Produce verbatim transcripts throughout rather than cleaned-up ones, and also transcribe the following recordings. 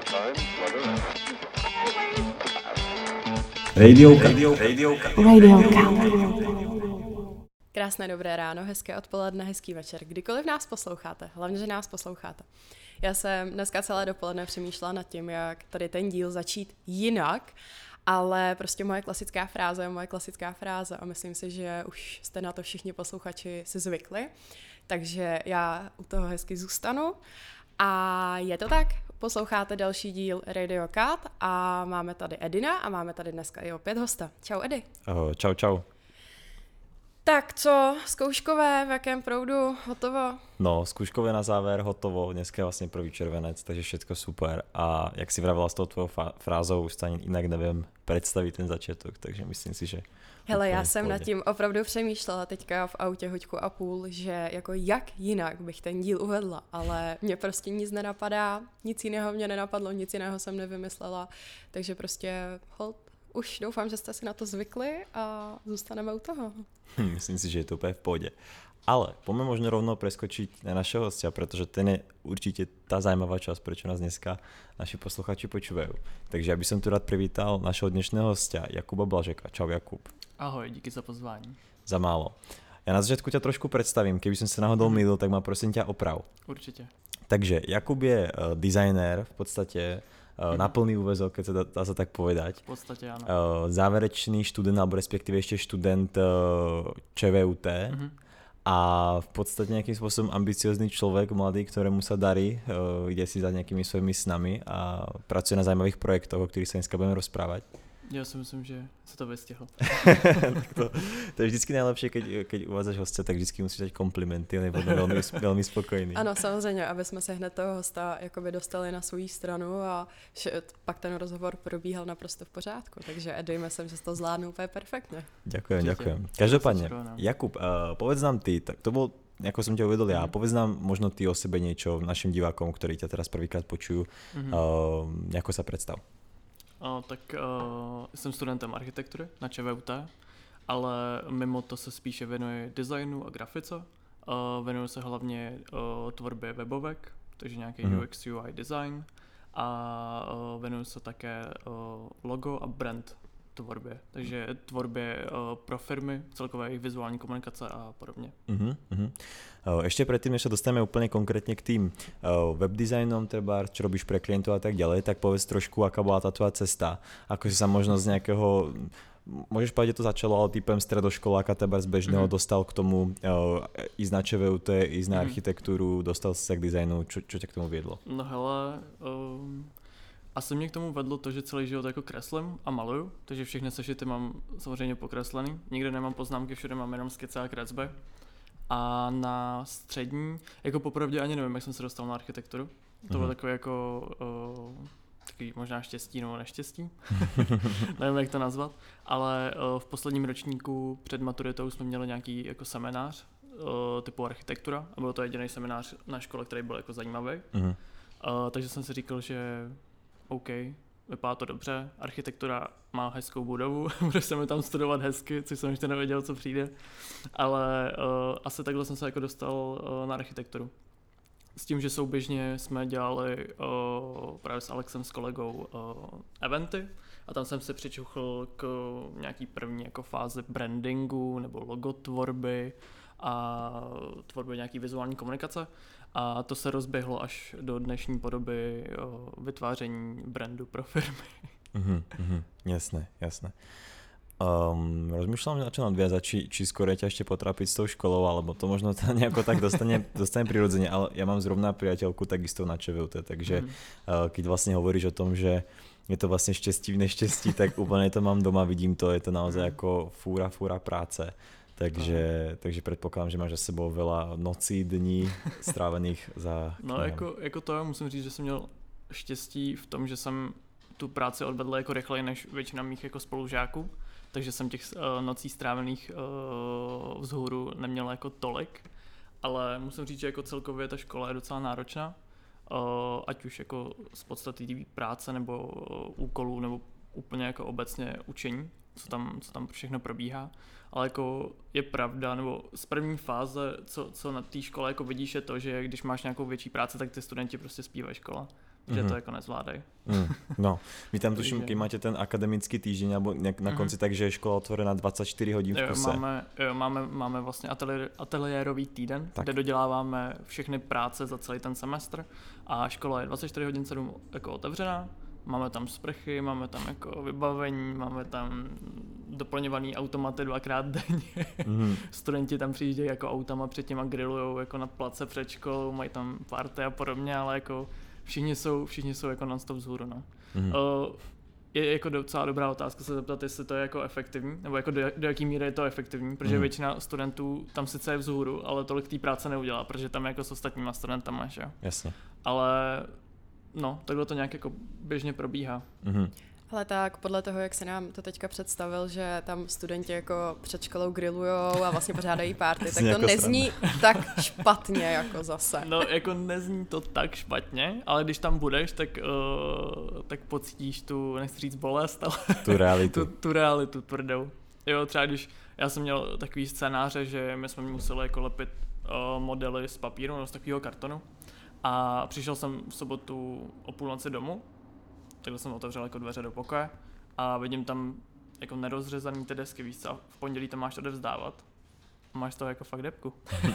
Radiouka. Radiouka. Krásné dobré ráno, hezké odpoledne, hezký večer, kdykoliv nás posloucháte, hlavně, že nás posloucháte. Já jsem dneska celé dopoledne přemýšlela nad tím, jak tady ten díl začít jinak, ale prostě moje klasická fráze, moje klasická fráze a myslím si, že už jste na to všichni posluchači si zvykli, takže já u toho hezky zůstanu. A je to tak, posloucháte další díl Radio Cat a máme tady Edina a máme tady dneska i opět hosta. Čau Edy. Ahoj, čau, čau. Tak co, zkouškové, v jakém proudu, hotovo? No, zkouškové na záver, hotovo, dneska je vlastně první červenec, takže všetko super a jak si vravila s tou tvojou frázou, už ani jinak nevím představit ten začátek, takže myslím si, že... Hele, já jsem nad tím opravdu přemýšlela teďka v autě hoďku a půl, že jako jak jinak bych ten díl uvedla, ale mě prostě nic nenapadá, nic jiného mě nenapadlo, nic jiného jsem nevymyslela, takže prostě hold. Už doufám, že jste si na to zvykli a zůstaneme u toho. Hm, myslím si, že je to úplně v pohodě. Ale poďme možno rovno preskočiť na našeho hostia, pretože ten je určite tá zaujímavá časť, prečo nás dneska naši posluchači počúvajú. Takže ja by som tu rád privítal našeho dnešného hostia, Jakuba Blažeka. Čau Jakub. Ahoj, díky za pozvání. Za málo. Ja na začiatku ťa trošku predstavím, keby som sa náhodou mýlil, tak ma prosím ťa oprav. Určite. Takže Jakub je uh, designér v podstate, uh, na plný úväzok, keď sa dá, dá sa tak povedať. V podstate áno. Uh, záverečný študent, alebo respektíve ešte študent uh, ČVUT. Mm-hmm. A v podstate nejakým spôsobom ambiciózny človek, mladý, ktorému sa darí, uh, ide si za nejakými svojimi snami a pracuje na zaujímavých projektoch, o ktorých sa dneska budeme rozprávať. Ja si myslím, že sa to vystihl. to, to je vždycky najlepšie, keď, keď uvádzaš hostia, tak vždycky musíš dať komplimenty, on je potom veľmi, veľmi spokojný. Ano, samozřejmě, aby jsme se hned toho hosta jakoby dostali na svou stranu a že pak ten rozhovor probíhal naprosto v pořádku, takže Edy, myslím, že to zvládnu úplně perfektně. Ďakujem, ďakujem. Každopádne, Jakub, uh, povedz nám ty, tak to bol, ako som ťa uvedol ja, mm. povedz nám možno ty o sebe niečo našim divákom, ktorí ťa teraz prvýkrát počujú, mm-hmm. uh, ako sa predstav. O, tak uh, jsem studentem architektury na ČVUT, ale mimo to se spíše věnuji designu a grafice. Uh, věnuji se hlavně uh, tvorbě webovek, takže nějaký mm. U X U I design a uh, věnuji se také uh, logo a brand tvorbě, takže tvorbě uh, pro firmy, celkové jejich vizuální komunikace a podobně. Uh-huh, uh-huh. Ešte predtým, než sa dostaneme úplne konkrétne k tým uh, webdesignom, treba, čo robíš pre klientov a tak ďalej, tak povedz trošku, aká bola tá tvoja cesta. Ako si sa možno z nejakého, môžeš povedať, že to začalo, ale typem stredoškoláka, teba z bežného uh-huh. dostal k tomu uh, ísť na ČVUT, ísť na uh-huh. architektúru, dostal si sa k dizajnu, čo, čo ťa k tomu viedlo? No hele, um... asi mě k tomu vedlo to, že celý život jako kreslím a maluju, takže všechny sešity mám samozřejmě pokreslený. Nikde nemám poznámky, všude mám jenom skice a kresby. A na střední, jako popravdě ani nevím, jak jsem se dostal na architekturu. To mm-hmm. bylo takové jako, uh, takový možná štěstí nebo neštěstí. Nevím, jak to nazvat. Ale uh, v posledním ročníku před maturitou jsme měli nějaký jako seminář uh, typu architektura a byl to jediný seminář na škole, který byl jako zajímavý. Mm-hmm. Uh, takže jsem si říkal, že OK, vypadá to dobře, architektura má hezkou budovu, bude se mi tam studovat hezky, což jsem ještě nevěděl, co přijde, ale uh, asi takhle jsem se jako dostal uh, na architekturu. S tím, že souběžně jsme dělali uh, právě s Alexem, s kolegou, uh, eventy a tam jsem se přičuchl k nějaký první jako fázi brandingu nebo logotvorby a tvorby nějaký vizuální komunikace. A to se rozběhlo až do dnešní podoby o vytváření brandu pro firmy. Uh-huh, uh-huh, jasné, jasné. Um, rozmýšľam, na čo nadviazať, či, či skôr ťa ešte potrápiť s tou školou, alebo to možno to nejako tak dostane, dostane prirodzene, ale ja mám zrovna priateľku takisto na ČVUT, takže uh-huh. uh, keď vlastne hovoríš o tom, že je to vlastne šťastí v nešťastí, tak úplne to mám doma, vidím to, je to naozaj uh-huh. ako fúra, fúra práce. Takže, takže předpokládám, že máš za sebou veľa nocí, dní strávených za knihami. No jako, jako to já musím říct, že jsem měl štěstí v tom, že jsem tu práci odvedl jako rychleji než většina mých jako spolužáků, takže jsem těch uh, nocí strávených uh, vzhůru neměl jako tolik, ale musím říct, že jako celkově ta škola je docela náročná, uh, ať už jako z podstaty té práce nebo uh, úkolů nebo úplně jako obecně učení, co tam, co tam všechno probíhá. Ale jako je pravda, nebo z první fáze, co, co na té škole jako vidíš, je to, že když máš nějakou větší práci, tak ty studenti prostě zpívají škola. že Mhm. to jako nezvládají. Mm, no, vy tam tuším, Takže- keď máte ten akademický týždeň, alebo nejak na Mhm. konci, takže je škola otvorená dvacet čtyři hodin v Jo, kuse. máme, jo, máme, máme vlastně ateliér, ateliérový týden, Tak. tak. kde doděláváme všechny práce za celý ten semestr a škola je dvacet čtyři hodin sedm jako otevřená. Máme tam sprchy, máme tam jako vybavení, máme tam doplňovaný automaty dvakrát denně. Mhm. Studenti tam přijíždějí jako autama předtím a grillujou jako na place před školou, mají tam party a podobně, ale jako všichni jsou, všichni jsou jako non-stop vzhůru, no. Mhm. Uh, je jako docela dobrá otázka se zeptat, jestli to je jako efektivní, nebo jako do, do jaký míry je to efektivní, protože Mhm. většina studentů tam sice je vzhůru, ale tolik té práce neudělá, protože tam je jako s ostatníma studentama, že jo. Jasně. Ale no, takhle to nějak jako běžně probíhá. Mhm. Ale tak podle toho, jak se nám to teďka představil, že tam studenti jako před školou grillujou a vlastně pořádají party, tak Zní to jako nezní tak špatně jako zase. No, jako nezní to tak špatně, ale když tam budeš, tak, uh, tak pocítíš tu, nechci říct bolest, ale Tu realitu. tu, tu realitu tvrdou. Jo, třeba když já jsem měl takový scénáře, že my jsme museli jako lepit uh, modely z papíru, no z takového kartonu. A přišel jsem v sobotu o půlnoci domů, takhle jsem otevřel jako dveře do pokoje a vidím tam jako nerozřezaný ty desky, víš co, a v pondělí to máš odevzdávat. A máš to jako fakt depku.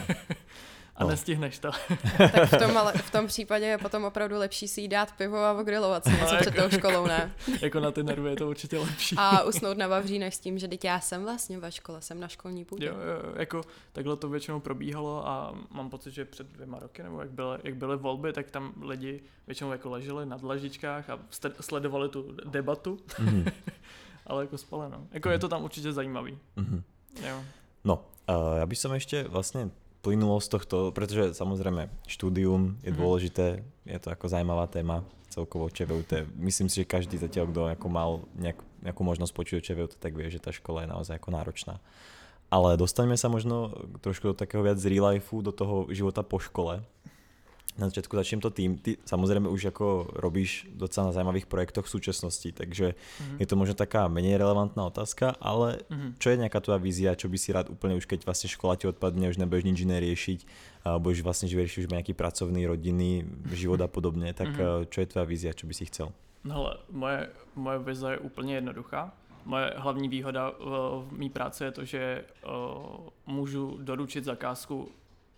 A No. nestihneš to. Tak v tom, ale v tom případě je potom opravdu lepší si jí dát pivo a ogrilovat si něco No, před jako- tou školou, ne? Jako na ty nervy je to určitě lepší. A usnout na vavřínech s tím, že teď já jsem vlastně ve škole, jsem na školní půdě. Jo, jo, jako takhle to většinou probíhalo a mám pocit, že před dvěma roky, nebo jak byly, jak byly volby, tak tam lidi většinou jako leželi na dlažičkách a ste- sledovali tu debatu, Mhm. ale jako spaleno. Jako je to tam určitě zajímavý. Mhm. Jo. No, uh, ja by som ešte vlastne plynulo z tohto, pretože samozrejme štúdium je Mhm. dôležité, je to ako zaujímavá téma celkovo ČVUT. Myslím si, že každý zatiaľ, kto ako mal nejak, nejakú možnosť počuť o ČVUT, tak vie, že tá škola je naozaj ako náročná. Ale dostaňme sa možno trošku do takého viac z real lifeu, do toho života po škole. Na začiatku začnem to tým, ty samozrejme už ako robíš docela na zaujímavých projektoch v súčasnosti, takže Mhm. je to možno taká menej relevantná otázka, ale Mhm. čo je nejaká tvoja vízia, čo by si rád úplne už keď vlastne škola ti odpadne, už nebudeš nič iné riešiť, alebo už vlastne že riešiš už nejaký pracovný, rodinný život a podobne, tak Mhm. čo je tvoja vízia, čo by si chcel? No hele, moje, moje vize je úplně jednoduchá. Moje hlavní výhoda v, v mý práci je to, že uh, můžu doručit zakázku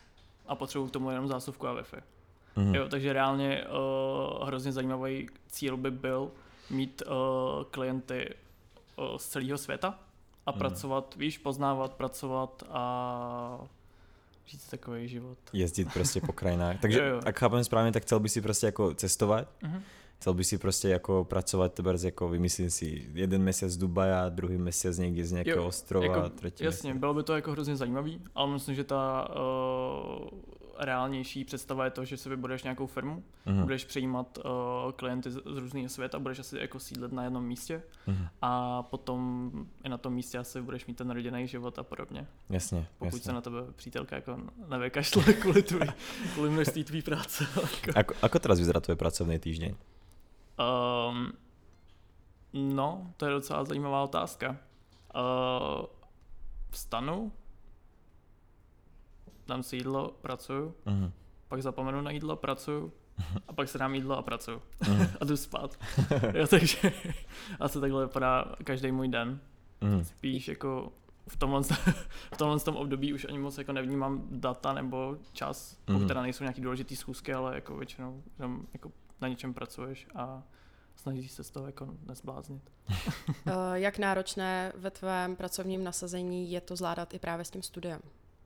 a potřebuji k tomu jenom zásuvku a Wi-Fi. Mhm. Jo, takže reálně uh, hrozně zajímavý cíl by byl mít uh, klienty uh, z celého světa a Mhm. pracovat, víš, poznávat, pracovat a žít si takový život. Jezdiť proste po krajinách. Takže Jo, jo. ak chápem správne, tak chcel by si proste ako cestovať? Mhm. Chcel by si proste ako pracovať, tebars ako vymyslím si jeden mesiac z Dubaja, druhý mesiac niekde z nejakého Jo, ostrova, jako, tretí jasně, mesiac. bylo by to jako hrozně zajímavý, ale myslím, že ta uh, reálnější představa je to, že si vybudeš nějakou firmu, Mhm. budeš přijímat uh, klienty z, z různého světa, budeš asi jako sídlet na jednom místě Mhm. a potom i na tom místě asi budeš mít ten rodinný život a podobně. Jasne, Pokud jasne. se na tebe přítelka jako nevykašle kvůli, tvý, kvůli množství tvý práce. Ako, ako teraz vyzerá tvoj pracovný týždeň? Um, no, to je docela zajímavá otázka. Uh, vstanu, dám si jídlo, pracuju, Mhm. pak zapomenu na jídlo, pracuju, a pak si dám jídlo a pracuju. Mhm. A jdu spát. Jo, takže asi takhle vypadá každý můj den. Mhm. Spíš jako v tomhle, v tomhle tom období už ani moc jako nevnímám data nebo čas, pokud Mhm. teda nejsou nějaký důležitý schůzky, ale jako většinou jenom jako na něčem pracuješ a snažíš se z toho jako nezbláznit. Uh, jak náročné ve tvém pracovním nasazení je to zvládat i právě s tím studiem?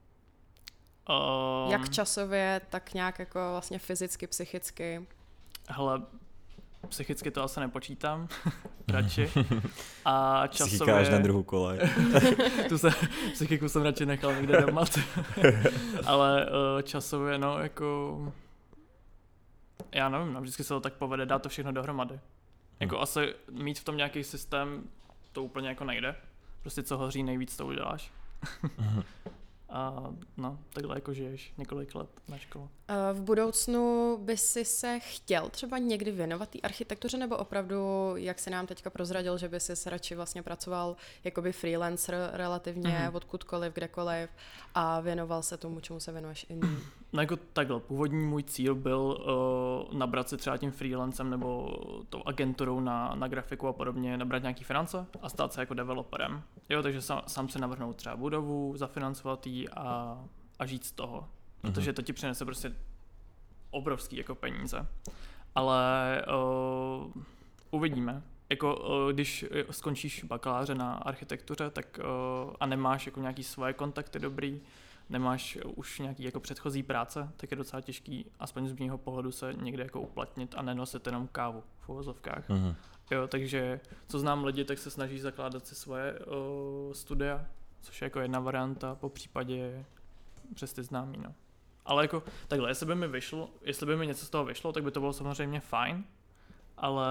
Um, Jak časově, tak nějak jako vlastně fyzicky, psychicky? Hele, psychicky to asi nepočítám, radši. A Psychika až na časově, druhou kolej. tu se, psychiku jsem radši nechal někde doma. Ale uh, časově, no, jako, já nevím, no, vždycky se to tak povede, dá to všechno dohromady. Jako asi mít v tom nějaký systém, to úplně jako nejde. Prostě co hoří nejvíc, to uděláš. a no, takhle jako žiješ několik let na škole. V budoucnu by si se chtěl třeba někdy věnovat té architektuře, nebo opravdu, jak se nám teďka prozradil, že by si se radši vlastně pracoval jakoby freelancer relativně mm-hmm. odkudkoliv, kdekoliv a věnoval se tomu, čemu se věnuješ i nyní? No jako takhle, původní můj cíl byl uh, nabrat si třeba tím freelancem nebo tou agenturou na, na grafiku a podobně, nabrat nějaký finance a stát se jako developerem. Jo, takže sám, sám si navrhnout třeba budovu, zafinancovat ji a, a žít z toho. Protože to ti přinese prostě obrovský jako peníze. Ale uh, uvidíme. Jako uh, když skončíš bakaláře na architektuře, tak uh, a nemáš jako nějaký svoje kontakty dobrý, nemáš už nějaký jako předchozí práce, tak je docela těžký, aspoň z mého pohledu, se někde jako uplatnit a nenosit jenom kávu v uvozovkách. Mm-hmm. Jo, takže co znám lidi, tak se snaží zakládat si svoje uh, studia, což je jako jedna varianta, po případě přes ty známý, no. Ale jako takhle, jestli by mi vyšlo, jestli by mi něco z toho vyšlo, tak by to bylo samozřejmě fajn, ale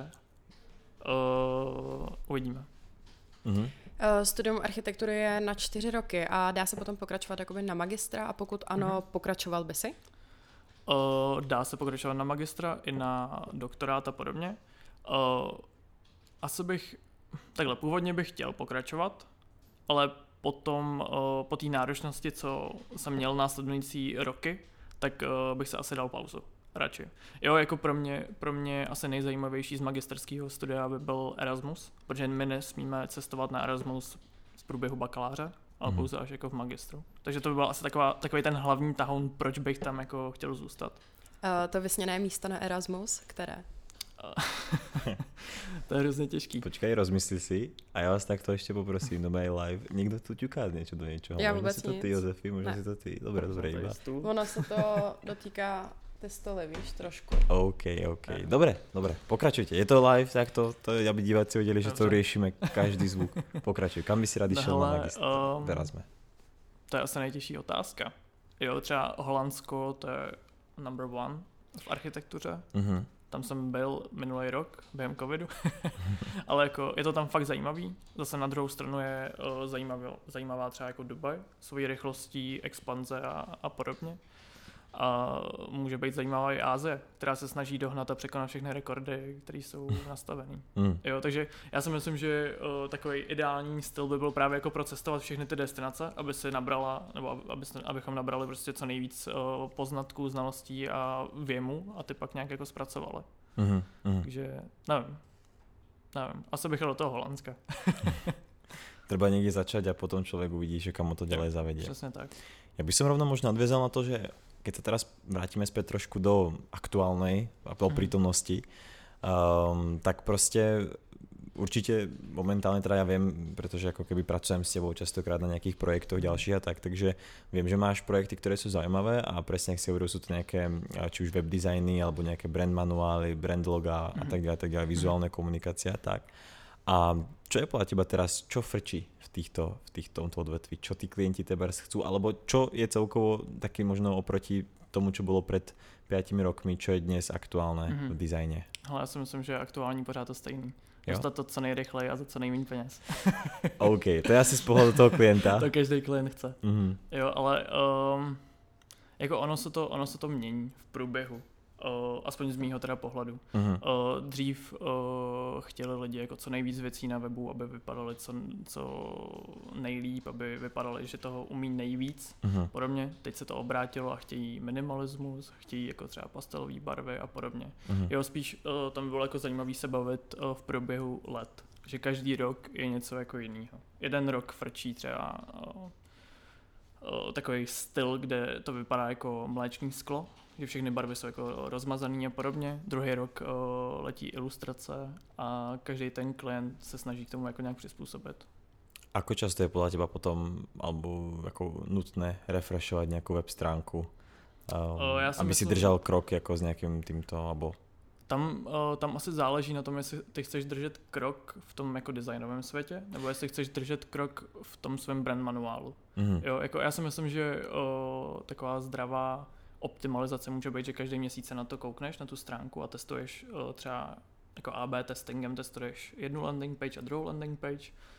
uh, uvidíme. Mm-hmm. Studium architektury je na čtyři roky a dá se potom pokračovat jakoby na magistra a pokud ano, mm-hmm. pokračoval by si? Uh, dá se pokračovat na magistra i na doktorát a podobně. Uh, asi bych, takhle, původně bych chtěl pokračovat, ale potom uh, po té náročnosti, co jsem měl následující roky, tak uh, bych se asi dal pauzu. Radši. Jo, jako pro mě, pro mě asi nejzajímavější z magisterského studia by byl Erasmus, protože my nesmíme cestovat na Erasmus z průběhu bakaláře, ale mm. pouze až jako v magistru. Takže to by byl asi taková, takový ten hlavní tahoun, proč bych tam jako chtěl zůstat. Uh, to vysněné místo na Erasmus, které? To je hrozně těžký. Počkaj, rozmysli si a já vás takto ještě poprosím do mé live. Někdo tu ťuká něco do něčeho. Já možná vůbec si to nic. ty, Josefi, možná si to ty. Dobré, dobré, iba. Ono se to dotýká ty stoly, víš, trošku. OK, OK. Dobre, dobre, pokračujte. Je to live, tak to, to aby diváci vedeli, že to riešime každý zvuk. Pokračuj. Kam by si rád šel na magister? Um, Teraz sme. To je asi nejtěžší otázka. Jo, třeba Holandsko, to je number one v architektuře. Uh-huh. Tam jsem byl minulý rok během covidu, ale jako je to tam fakt zajímavý. Zase na druhou stranu je uh, zajímavý, zajímavá třeba jako Dubaj, svojí rychlostí, expanze a, a podobně. A může být zajímavá i Asie, která se snaží dohnat a překonat všechny rekordy, které jsou nastavený. Mm. Jo, takže já si myslím, že uh, takový ideální styl by byl právě jako procestovat všechny ty destinace, aby si nabrala, nebo aby, abychom nabrali prostě co nejvíc uh, poznatků, znalostí a věmu a ty pak nějak jako zpracovali. Mm. Mm. Takže nevím, nevím, asi bych jel do toho Holandska. Treba niekde začať a potom človek uvidí, že kam to ďalej zavedie. Přesně tak. Ja by som rovno možno nadviazal na to, že keď sa teraz vrátime späť trošku do aktuálnej, do prítomnosti, um, tak proste určite momentálne teda ja viem, pretože ako keby pracujem s tebou častokrát na nejakých projektoch ďalších a tak, takže viem, že máš projekty, ktoré sú zaujímavé a presne, ak si hovoril, sú to nejaké či už web designy alebo nejaké brand manuály, brand loga a tak ďalej, tak ďalej, vizuálne komunikácia a tak. A čo je podľa teba teraz, čo frčí v týchto, v týchto odvetví? Čo tí klienti tebars chcú? Alebo čo je celkovo taký možno oproti tomu, čo bolo pred piatimi rokmi, čo je dnes aktuálne mm-hmm. v dizajne? Ale já si myslím, že je aktuální pořád to stejný. Dostat to co nejrychleji a za co nejméně peněz. OK, to je asi z pohledu toho klienta. To každý klient chce. Mm-hmm. Jo, ale um, jako ono se, to, ono se to mění v průběhu. Uh, aspoň z mýho teda pohledu. Uh-huh. Uh, dřív uh, chtěli lidi jako co nejvíc věcí na webu, aby vypadaly co, co nejlíp, aby vypadaly, že toho umí nejvíc. Uh-huh. Podobně. Teď se to obrátilo a chtějí minimalismus, chtějí jako třeba pastelové barvy a podobně. Uh-huh. Jo, spíš uh, tam by bylo jako zajímavý se bavit uh, v průběhu let, že každý rok je něco jako jinýho. Jeden rok frčí třeba uh, uh, takový styl, kde to vypadá jako mléčný sklo, že všechny barvy jsou jako rozmazaný a podobně. Druhý rok uh, letí ilustrace a každý ten klient se snaží k tomu jako nějak přizpůsobit. Ako často je podľa teba potom alebo jako nutné refreshovat nějakou web stránku, um, uh, aby myslím, si držel krok jako s nějakým týmto, alebo... Tam, uh, tam asi záleží na tom, jestli ty chceš držet krok v tom jako designovém světě, nebo jestli chceš držet krok v tom svém brand manuálu. Mm-hmm. Jo, jako já si myslím, že uh, taková zdravá optimalizace může být, že každý měsíc se na to koukneš, na tu stránku a testuješ uh, třeba jako A B testingem, testuješ jednu landing page a druhou landing page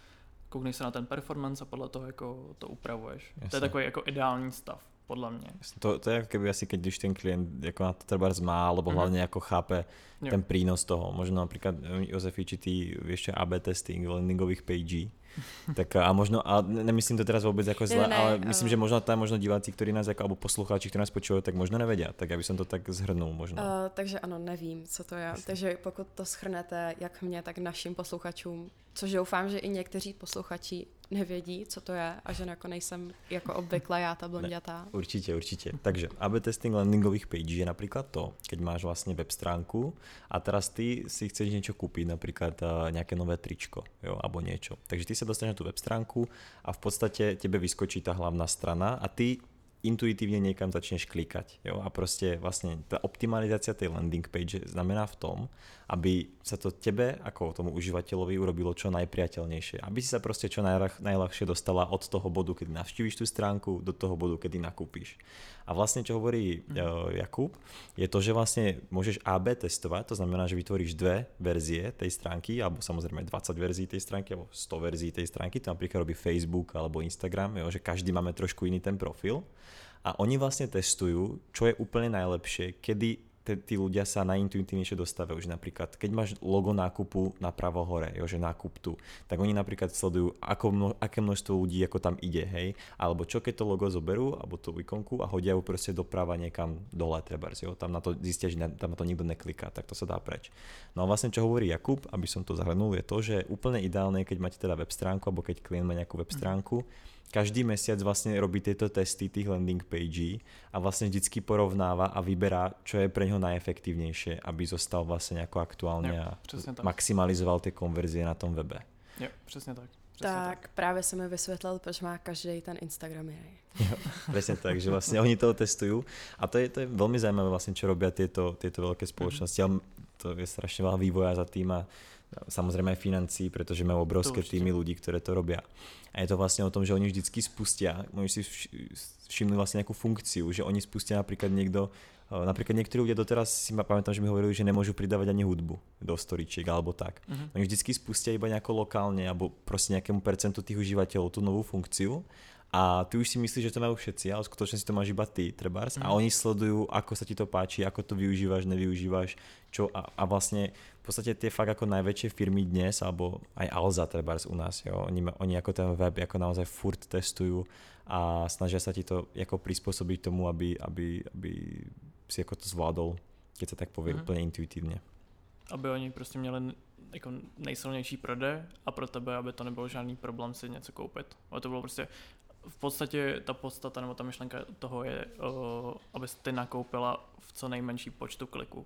koukneš se na ten performance a podle toho jako to upravuješ. Jasně. To je takový jako ideální stav, podle mě. To, to je jako keby asi, keď když ten klient jako na to trebárs má, alebo hlavne ako chápe Jo. ten prínos toho. Možno napríklad Jozefi, či ty vieš A B testing landingových pagí, tak a možno, a nemyslím to teraz vôbec ako zle, Ne, ne, ale ne, myslím, ale- že možno tam možno diváci, ktorí nás jako, alebo poslucháči, ktorí nás počúvajú, tak možno nevedia, tak aby som to tak zhrnul možno. Uh, takže ano, nevím, co to je. Jasně. Takže pokud to schrnete, jak mě, tak našim posluchačům, což doufám, že i někteří posluchači nevědí, co to je a že jako nejsem jako obvykle já ta blondětá. Určite, určite. Takže A B testing landingových pagí je napríklad to, keď máš vlastne web stránku a teraz ty si chceš niečo kúpiť, napríklad uh, nejaké nové tričko, jo, alebo niečo. Takže ty sa dostaneš na tú web stránku a v podstate tebe vyskočí tá hlavná strana a ty intuitívne niekam začneš klikať. Jo? A proste vlastne tá optimalizácia tej landing page znamená v tom, aby sa to tebe ako tomu užívateľovi urobilo čo najpriateľnejšie. Aby si sa proste čo najľah, najľahšie dostala od toho bodu, kedy navštívíš tú stránku, do toho bodu, kedy nakúpiš. A vlastne čo hovorí mm. uh, Jakub, je to, že vlastne môžeš á bé testovať, to znamená, že vytvoríš dve verzie tej stránky, alebo samozrejme dvadsať verzií tej stránky, alebo sto verzií tej stránky, to napríklad robí Facebook alebo Instagram, jo? Že každý máme trošku iný ten profil. A oni vlastne testujú, čo je úplne najlepšie, kedy tí ľudia sa najintuitívnejšie dostávajú. Že napríklad, keď máš logo nákupu napravo hore, jo, že nákup tu, tak oni napríklad sledujú, ako mno, aké množstvo ľudí ako tam ide, hej, alebo čo keď to logo zoberú, alebo tú ikonku a hodia ju proste doprava niekam dole, trebárs, jo, tam na to zistia, že tam na to nikto nekliká, tak to sa dá preč. No a vlastne čo hovorí Jakub, aby som to zhrnul, je to, že úplne ideálne, keď máte teda web stránku, alebo keď klient má nejakú web stránku, každý mesiac vlastne robí tieto testy tých landing pagí a vlastne vždycky porovnáva a vyberá, čo je pre ňoho najefektívnejšie, aby zostal vlastne nejako aktuálne Jo, a tak. maximalizoval tie konverzie na tom webe. Jo, přesně tak. Přesně Tak, tak právě se mi vysvětlil, proč má každý ten Instagram jiný. Jo, presne tak, že vlastne oni toho testujú a to je, to je veľmi zaujímavé vlastne, čo robia tieto, tieto veľké spoločnosti, ale to je strašne veľa vývoja za tým a samozrejme aj financí, pretože majú obrovské týmy ľudí, ktoré to robia. A je to vlastne o tom, že oni vždycky spustia, oni si všimli vlastne nejakú funkciu, že oni spustia napríklad niekto, napríklad niektorí ľudia doteraz si ma pamätám, že mi hovorili, že nemôžu pridávať ani hudbu do storyčiek alebo tak. Uh-huh. Oni vždycky spustia iba nejako lokálne alebo proste nejakému percentu tých užívateľov tú novú funkciu a ty už si myslíš, že to majú všetci, ale v skutočnosti to máš iba ty, trebárs, uh-huh. a oni sledujú, ako sa ti to páči, ako to využívaš, nevyužívaš, čo a, a vlastne v podstate tie fakt ako najväčšie firmy dnes, alebo aj Alza trebárs u nás, jo, oni, oni ako ten web ako naozaj furt testujú a snažia sa ti to ako prispôsobiť tomu, aby, aby, aby si jako to zvládol, keď sa tak povie, mm. úplně intuitivně. Aby oni prostě měli jako nejsilnější prodej a pro tebe, aby to nebyl žádný problém si něco koupit. Ale to bylo prostě, v podstatě ta podstata nebo ta myšlenka toho je, uh, abys ty nakoupila v co nejmenší počtu kliků.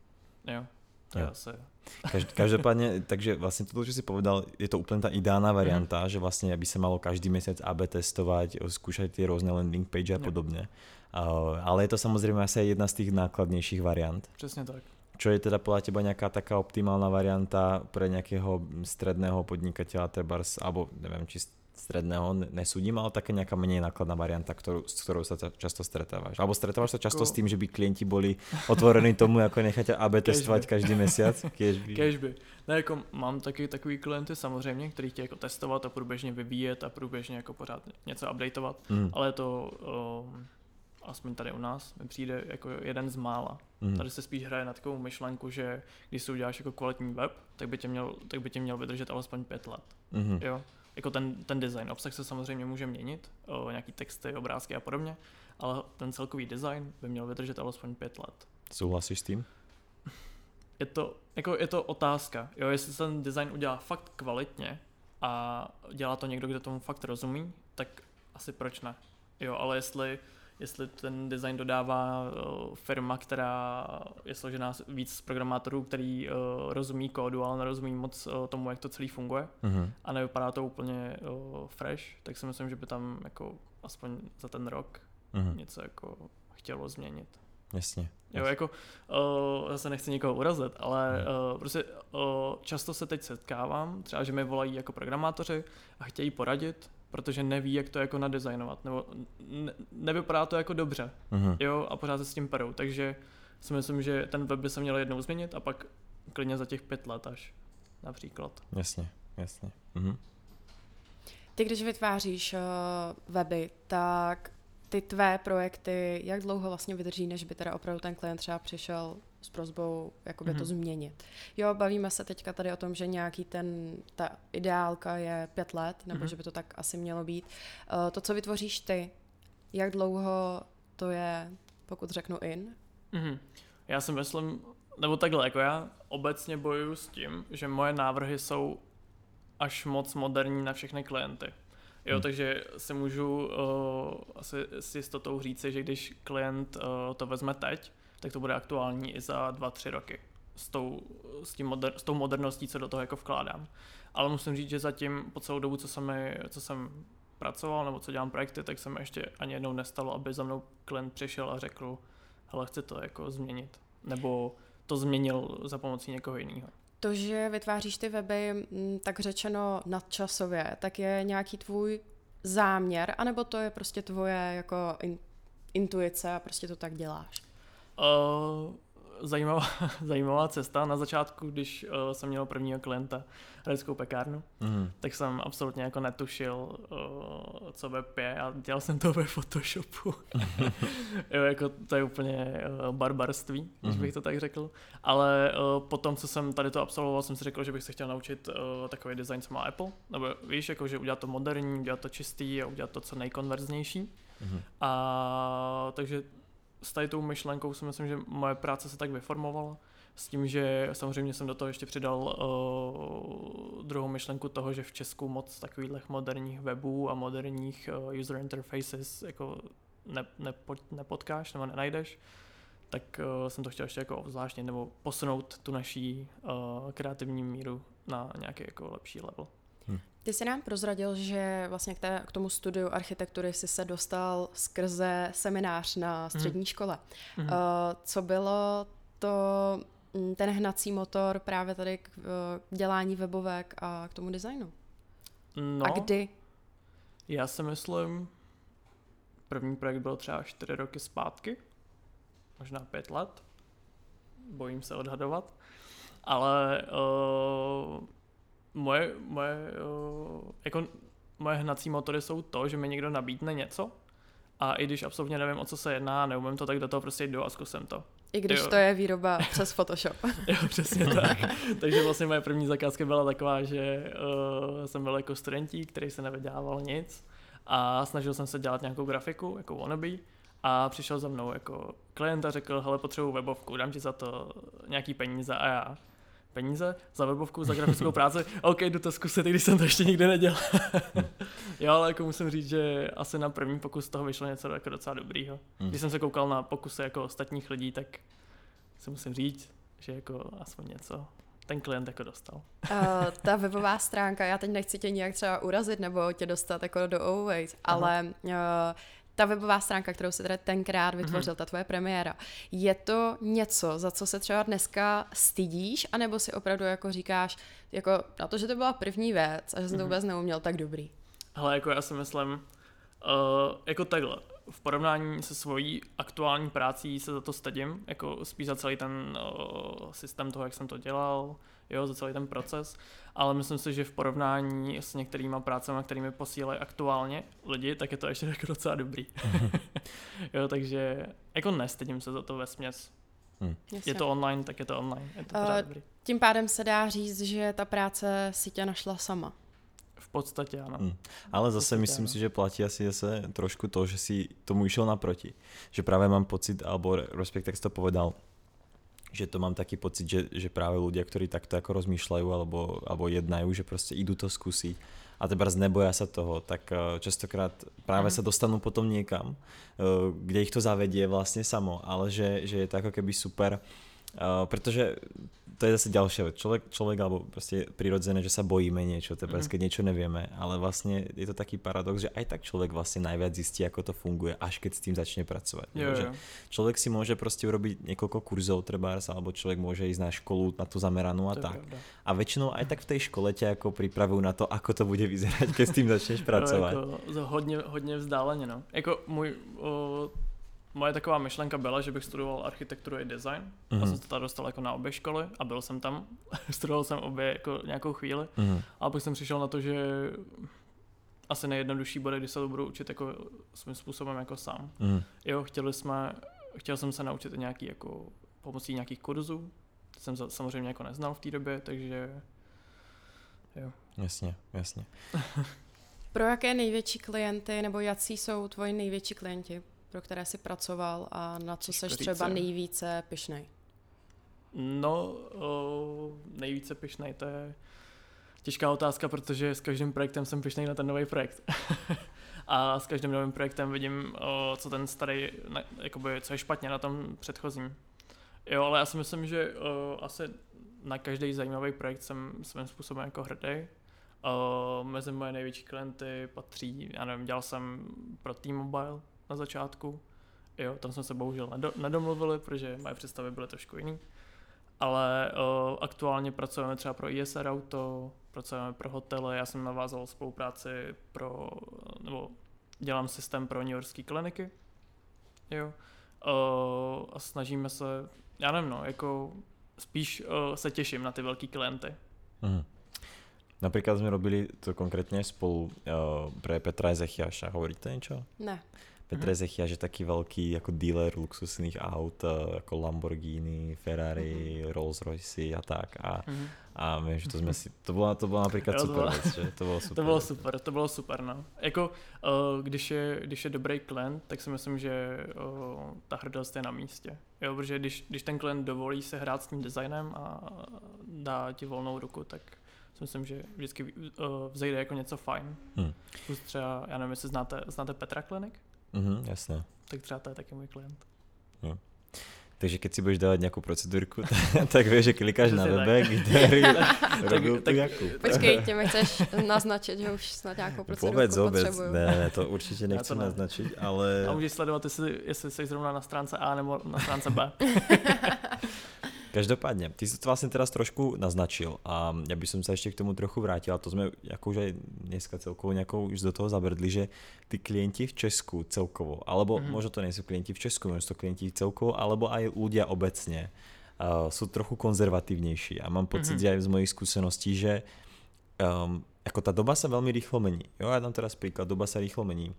Jo. To je asi... Každopádne, takže vlastne to, čo si povedal, je to úplne tá ideálna varianta, mm. že vlastne by sa malo každý mesiac á bé testovať, skúšať tie rôzne landing page a podobne. Uh, ale je to samozrejme asi aj jedna z tých nákladnejších variant. Přesně tak. Čo je teda podľa teba nejaká taká optimálna varianta pre nejakého stredného podnikateľa, trebárs, alebo neviem, či stredného nesúdim, ale taká nejaká menej nákladná varianta, ktorú, s ktorou sa často stretávaš. Alebo stretávaš sa často Ko... s tým, že by klienti boli otvorení tomu, jako necháte á bé testovat každý mesiac? Cashby. Cashby. Ne, jako mám taky takový klienty samozřejmě, který chtějí jako testovat a průběžně vyvíjet a průběžně jako pořád něco updateovat, mm. ale je to um, aspoň tady u nás mi přijde jako jeden z mála. Mm. Tady se spíš hraje na takovou myšlenku, že když si uděláš jako kvalitní web, tak by tě měl, tak by tě měl vydržet alespoň pět let. Mm. Jo? Jako ten, ten design. Obsah se samozřejmě může měnit, o, nějaký texty, obrázky a podobně, ale ten celkový design by měl vydržet alespoň pět let. Souhlasíš s tím? Je to, jako je to otázka. Jo? Jestli se ten design udělá fakt kvalitně a dělá to někdo, kdo tomu fakt rozumí, tak asi proč ne. Jo, ale jestli jestli ten design dodává uh, firma, která je složená víc z programátorů, který uh, rozumí kódu, ale nerozumí moc uh, tomu, jak to celý funguje, uh-huh. a nevypadá to úplně uh, fresh, tak si myslím, že by tam jako aspoň za ten rok uh-huh. něco jako chtělo změnit. Jasně. Jo, jako uh, zase nechci nikoho urazit, ale uh, prostě uh, často se teď setkávám, třeba, že mi volají jako programátoři a chtějí poradit, protože neví, jak to jako nadizajnovat, nebo ne, nevypadá to jako dobře, uh-huh. jo, a pořád se s tím perou, takže si myslím, že ten web by se měl jednou změnit a pak klidně za těch pět let až, například. Jasně, jasně. Uh-huh. Ty, když vytváříš uh, weby, tak ty tvé projekty, jak dlouho vlastně vydrží, než by teda opravdu ten klient třeba přišel s prosbou jakoby mm-hmm. to změnit. Jo, bavíme se teďka tady o tom, že nějaký ten, ta ideálka je pět let, nebo mm-hmm. že by to tak asi mělo být. Uh, to, co vytvoříš ty, jak dlouho to je, pokud řeknu in? Mm-hmm. Já si myslím, nebo takhle, jako já obecně bojuju s tím, že moje návrhy jsou až moc moderní na všechny klienty. Jo, hmm. takže si můžu uh, asi s jistotou říci, že když klient uh, to vezme teď, tak to bude aktuální i za dva, tři roky. S tou, s, tím moder, s tou moderností, co do toho jako vkládám. Ale musím říct, že zatím po celou dobu, co jsem, mi, co jsem pracoval nebo co dělám projekty, tak se mi ještě ani jednou nestalo, aby za mnou klient přišel a řekl, hele, chci to jako změnit. Nebo to změnil za pomocí někoho jiného. To, že vytváříš ty weby, tak řečeno nadčasově, tak je nějaký tvůj záměr, anebo to je prostě tvoje jako in, intuice a prostě to tak děláš? Uh, zajímavá, zajímavá cesta. Na začátku, když uh, jsem měl prvního klienta, radickou pekárnu, mm. tak jsem absolutně jako netušil, uh, co web je, a dělal jsem to ve Photoshopu. Jo, jako to je úplně uh, barbarství, když bych to tak řekl. Ale uh, potom, co jsem tady to absolvoval, jsem si řekl, že bych se chtěl naučit uh, takový design, co má Apple. Nebo víš, jako, že udělat to moderní, udělat to čistý a udělat to co nejkonverznější. Mm. A takže s tady tou myšlenkou si myslím, že moje práce se tak vyformovala, s tím, že samozřejmě jsem do toho ještě přidal uh, druhou myšlenku toho, že v Česku moc takových moderních webů a moderních uh, user interfaces jako ne, nepo, nepotkáš nebo nenajdeš, tak uh, jsem to chtěl ještě jako obzvláštně nebo posunout tu naší uh, kreativní míru na nějaký jako lepší level. Hmm. Ty jsi nám prozradil, že vlastně k, té, k tomu studiu architektury jsi se dostal skrze seminář na střední hmm. škole. Hmm. Uh, co bylo to, ten hnací motor právě tady k, k dělání webovek a k tomu designu? No, a kdy? Já si myslím, první projekt byl třeba čtyři roky zpátky, možná pět let, bojím se odhadovat, ale uh, Moje, moje, uh, jako, moje hnací motory jsou to, že mi někdo nabídne něco a i když absolutně nevím, o co se jedná, neumím to, tak do toho prostě jdu a zkusím to. I když jo. to je výroba přes Photoshop. Jo, přesně tak. Takže vlastně moje první zakázka byla taková, že uh, jsem byl jako studentík, který se nevydělával nic a snažil jsem se dělat nějakou grafiku, jako wannabe, a přišel za mnou jako klient a řekl, hele, potřebuji webovku, dám ti za to nějaký peníze a já. Peníze za webovku, za grafickou práci, OK, jdu to zkusit, i když jsem to ještě nikdy nedělal. Jo, ale jako musím říct, že asi na první pokus toho vyšlo něco jako docela dobrýho. Hmm. Když jsem se koukal na pokusy jako ostatních lidí, tak si musím říct, že jako aspoň něco ten klient jako dostal. Uh, ta webová stránka, já teď nechci tě nějak třeba urazit nebo tě dostat jako do overweight, ale uh, ta webová stránka, kterou si tady tenkrát vytvořil, mm-hmm. ta tvoje premiéra, je to něco, za co se třeba dneska stydíš, anebo si opravdu jako říkáš, jako na to, že to byla první věc a že jsem mm-hmm. to vůbec neuměl, tak dobrý? Hele, jako já si myslím, uh, jako takhle, v porovnání se svojí aktuální prací se za to stydím, jako spíš za celý ten uh, systém toho, jak jsem to dělal, jo, za celý ten proces, ale myslím si, že v porovnání s některýma prácemi, kterými posílají aktuálně lidi, tak je to ještě jako docela dobrý. Jo, takže jako nestydím se za to vesměs. Hmm. Je to online, tak je to online. Je to uh, dobrý. Tím pádem se dá říct, že ta práce si tě našla sama. V podstatě ano. Hmm. Ale zase myslím ano. si, že platí asi zase trošku to, že si tomu išiel naproti. Že práve mám pocit, alebo respektive, jak si to povedal, že to mám taký pocit, že, že práve ľudia, ktorí takto ako rozmýšľajú alebo, alebo jednajú, že proste idú to skúsiť a teda neboja sa toho, tak častokrát práve mm. sa dostanú potom niekam, kde ich to zavedie vlastne samo, ale že, že je to ako keby super, pretože to je zase ďalšia vec. Človek, človek alebo proste prirodzené, že sa bojíme niečo, teda mm. keď niečo nevieme, ale vlastne je to taký paradox, že aj tak človek vlastne najviac zistí, ako to funguje, až keď s tým začne pracovať. Jo, jo. Človek si môže proste urobiť niekoľko kurzov trebárs, alebo človek môže ísť na školu na tú zameranú a tak. Pravda. A väčšinou aj tak v tej škole ťa ako pripravujú na to, ako to bude vyzerať, keď s tým začneš pracovať. No, jako hodně, hodně vzdáleně, no. Jako můj... O... Moje taková myšlenka byla, že bych studoval architekturu i design. Mm-hmm. Já jsem se tady dostal jako na obě školy a byl jsem tam. Studoval jsem obě jako nějakou chvíli. Mm-hmm. A pak jsem přišel na to, že asi nejjednodušší bude, když se to budu učit jako svým způsobem jako sám. Mm. Jo, chtěli jsme, chtěl jsem se naučit nějaký jako pomocí nějakých kurzů, to jsem za- samozřejmě jako neznal v té době, takže jo. Jasně, jasně. Pro jaké největší klienty, nebo jací jsou tvoji největší klienti, pro které jsi pracoval a na co Těžko seš říct, třeba jo. nejvíce pyšnej? No, o, nejvíce pyšnej, to je těžká otázka, protože s každým projektem jsem pyšnej na ten nový projekt. A s každým novým projektem vidím, o, co ten starý, ne, jakoby, co je špatně na tom předchozím. Jo, ale já si myslím, že o, asi na každý zajímavý projekt jsem svým způsobem jako hrdý. O, mezi moje největší klienty patří, já nevím, dělal jsem pro T-Mobile na začátku. Jo, tam jsme se bohužel nedo, nedomluvili, protože moje představy byly trošku jiný. Ale o, aktuálně pracujeme třeba pro I S R Auto, pracujeme pro hotely, já jsem navázal spolupráci pro, nebo dělám systém pro newyorské kliniky. Jo. O, a snažíme se, já nevím, no, jako spíš o, se těším na ty velký klienty. Mhm. Napríklad sme robili to konkrétne spolu uh, pre Petra Ezechiaša. Hovoríte niečo? Ne. Petr Ezechiaš je taký veľký ako dealer luxusných aut, uh, ako Lamborghini, Ferrari, mm-hmm. Rolls-Royce a tak. A, Mhm. a viem, že to sme si... To bola, to bola napríklad Jo, to super bola- vec, že? To bolo super. To bylo super, to bylo super, no. Jako, uh, když, je, když je dobrý klient, tak si myslím, že uh, ta hrdost je na místě. Jo, protože když, když ten klient dovolí se hrát s tím designem a dá ti volnou ruku, tak si myslím, že vždycky uh, vzejde jako něco fajn. Hm. Plus třeba, já nevím, jestli znáte, znáte Petra Klinik, Mhm, jasné. tak třeba to je taky můj klient. Takže keď si budeš dávať nejakú procedúrku, tak vieš, že klikáš na Přesně tak. webe, kde robil tu tak- Jakub. Počkej, tě mi chceš naznačit, že už snad nějakou procedurku Vôbec, vôbec. potřebuju. Ne, ne, to určite Já to nechcem ne. naznačiť, ale... A můžeš sledovat, jestli, jestli jsi zrovna na stránce A nebo na stránce B. Každopádne, ty si to vlastne teraz trošku naznačil a ja by som sa ešte k tomu trochu vrátil a to sme ako už aj dneska celkovo nejako už do toho zabrdli, že tí klienti v Česku celkovo, alebo Mhm. mm-hmm. možno to nie sú klienti v Česku, možno sú to klienti celkovo, alebo aj ľudia obecne uh, sú trochu konzervatívnejší a mám pocit, Mhm. mm-hmm. aj z mojich skúseností, že um, ako tá doba sa veľmi rýchlo mení. Jo, ja dám teraz príklad, doba sa rýchlo mení.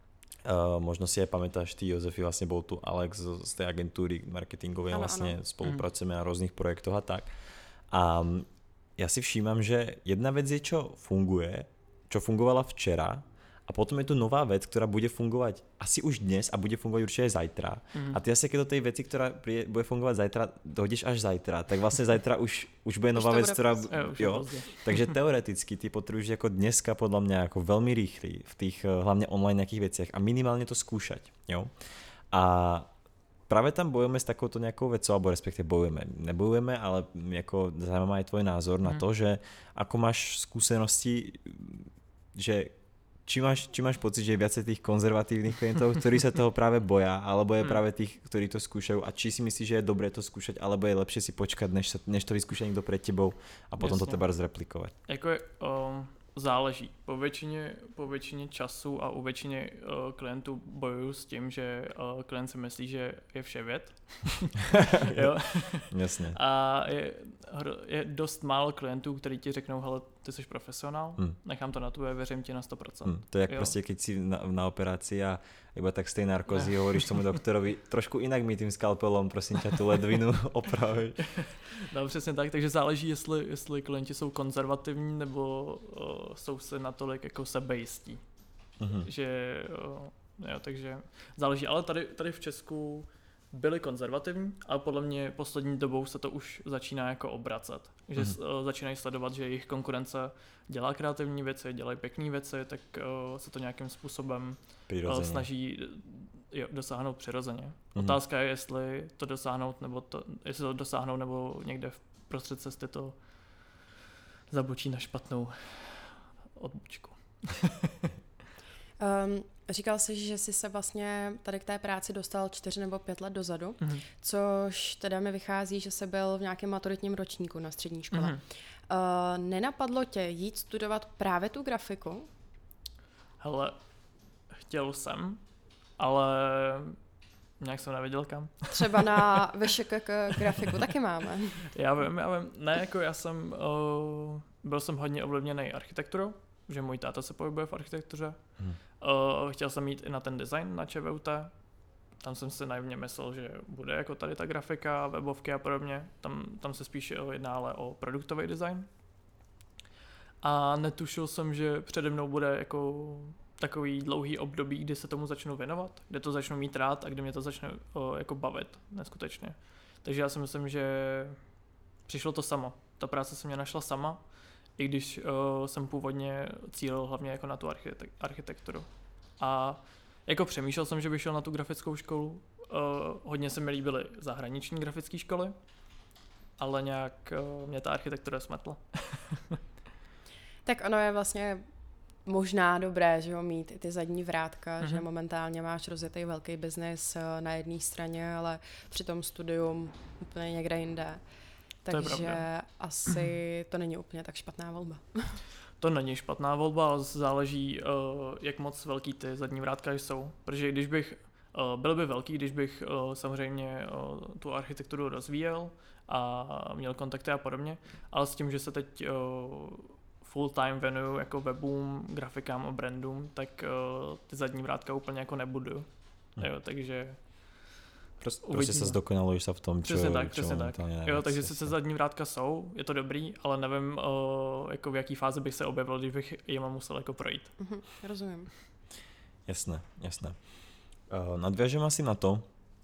Uh, možno si aj pamätáš ty, Jozefi, vlastne bol tu Alex z, z tej agentúry marketingovej, Ano, vlastne ano. spolupracujeme na rôznych projektoch a tak. A um, ja si všímam, že jedna vec je, čo funguje, čo fungovala včera a potom je tu nová vec, ktorá bude fungovať asi už dnes a bude fungovať určite aj zajtra. Mhm. A ty asi keď do tej veci, ktorá príde, bude fungovať zajtra, dojdeš až zajtra, tak vlastne zajtra už, už bude nová to vec, bude ktorá... Jo, už je Jo, pozdě. takže teoreticky ty potrebuješ ako dneska podľa mňa ako veľmi rýchly v tých eh, hlavne online nejakých veciach a minimálne to skúšať. Jo? A práve tam bojujeme s takouto nejakou vecou, alebo respektive bojujeme. Nebojujeme, ale ako zaujíma aj tvoj názor mm. na to, že ako máš skúsenosti, že či máš, či máš pocit, že je viacej tých konzervatívnych klientov, ktorí sa toho práve boja, alebo je Mm. práve tých, ktorí to skúšajú a či si myslíš, že je dobré to skúšať, alebo je lepšie si počkať, než, sa, než to vyskúša niekto pred tebou a potom to Jasně. treba zreplikovať. Jako je, um, záleží. Po většině, po většině času a u většiny uh, klientů bojuju s tím, že uh, klient si myslí, že je vše věd. Jo? Jasne. A je, hro- je dost málo klientů, kteří ti řeknou, hele, ty jsi profesionál, Hmm. nechám to na tebe, věřím ti na sto procent. Hm, to je jak Jo. proste, keď si na, na operácii a iba tak z tej narkozy hovoríš tomu doktorovi, trošku inak mi tým skalpelom, prosím ťa, tu ledvinu opraviť. No přesně tak, takže záleží, jestli, jestli klienti jsou konzervativní nebo uh, jsou si natolik jako sebejistí. Mhm. Že, uh, jo, takže záleží, ale tady, tady v Česku byli konzervativní, ale podle mě poslední dobou se to už začíná jako obracet. Že Mhm. mm. uh, začínají sledovat, že jejich konkurence dělá kreativní věci, dělají pěkné věci, tak uh, se to nějakým způsobem uh, Prirodzene. snaží jo, dosáhnout přirozeně. Mhm. Otázka je, jestli to dosáhnout, nebo to, jestli to dosáhnout, nebo někde v prostřed cesty to zabočí na špatnou odbočku. Um, říkal jsi, že jsi se vlastně tady k té práci dostal čtyři nebo pět let dozadu, Mhm. což teda mi vychází, že jsi byl v nějakém maturitním ročníku na střední škole. Mhm. Uh, nenapadlo tě jít studovat právě tu grafiku? Hele, chtěl jsem, ale nějak jsem nevěděl kam. Třeba na V Š K K grafiku taky máme. Já vím, já vím. Ne, jako já jsem, uh, byl jsem hodně ovlivněný architekturou, že můj táta se pohybuje v architektuře. Hmm. Uh, chtěl jsem jít i na ten design na ČVUT. Tam jsem si naivně myslel, že bude jako tady ta grafika, webovky a podobně. Tam, tam se spíš jedná ale o produktový design. A netušil jsem, že přede mnou bude jako takový dlouhý období, kdy se tomu začnu věnovat, kde to začnu mít rád a kdy mě to začne o, jako bavit neskutečně. Takže já si myslím, že přišlo to samo. Ta práce se mě našla sama, i když o, jsem původně cílil hlavně jako na tu architek- architekturu. A jako přemýšlel jsem, že bych šel na tu grafickou školu. O, hodně se mi líbily zahraniční grafické školy, ale nějak o, mě ta architektura smetla. Tak ono je vlastně možná dobré, že jo, mít i ty zadní vrátka, mm-hmm. že momentálně máš rozjetý velký biznis na jedné straně, ale při tom studium úplně někde jinde. Takže asi to není úplně tak špatná volba. To není špatná volba, ale záleží, jak moc velký ty zadní vrátka jsou. Protože když bych, byl by velký, když bych samozřejmě tu architekturu rozvíjel a měl kontakty a podobně, ale s tím, že se teď full time věnuju jako webům, grafikám a brandům, tak uh, ty zadní vrátka úplně jako nebudu. Hmm. Jo, takže Prost, prostě se zdokonaluješ se v tom, čo, přesně tak, čo přesně tak. Jo, takže sice zadní vrátka jsou, je to dobrý, ale nevím, uh, jako v jaký fázi bych se objevil, když bych jima musel jako projít. Mhm, rozumím. Jasné, jasné. Uh, nadviažem asi na to, uh,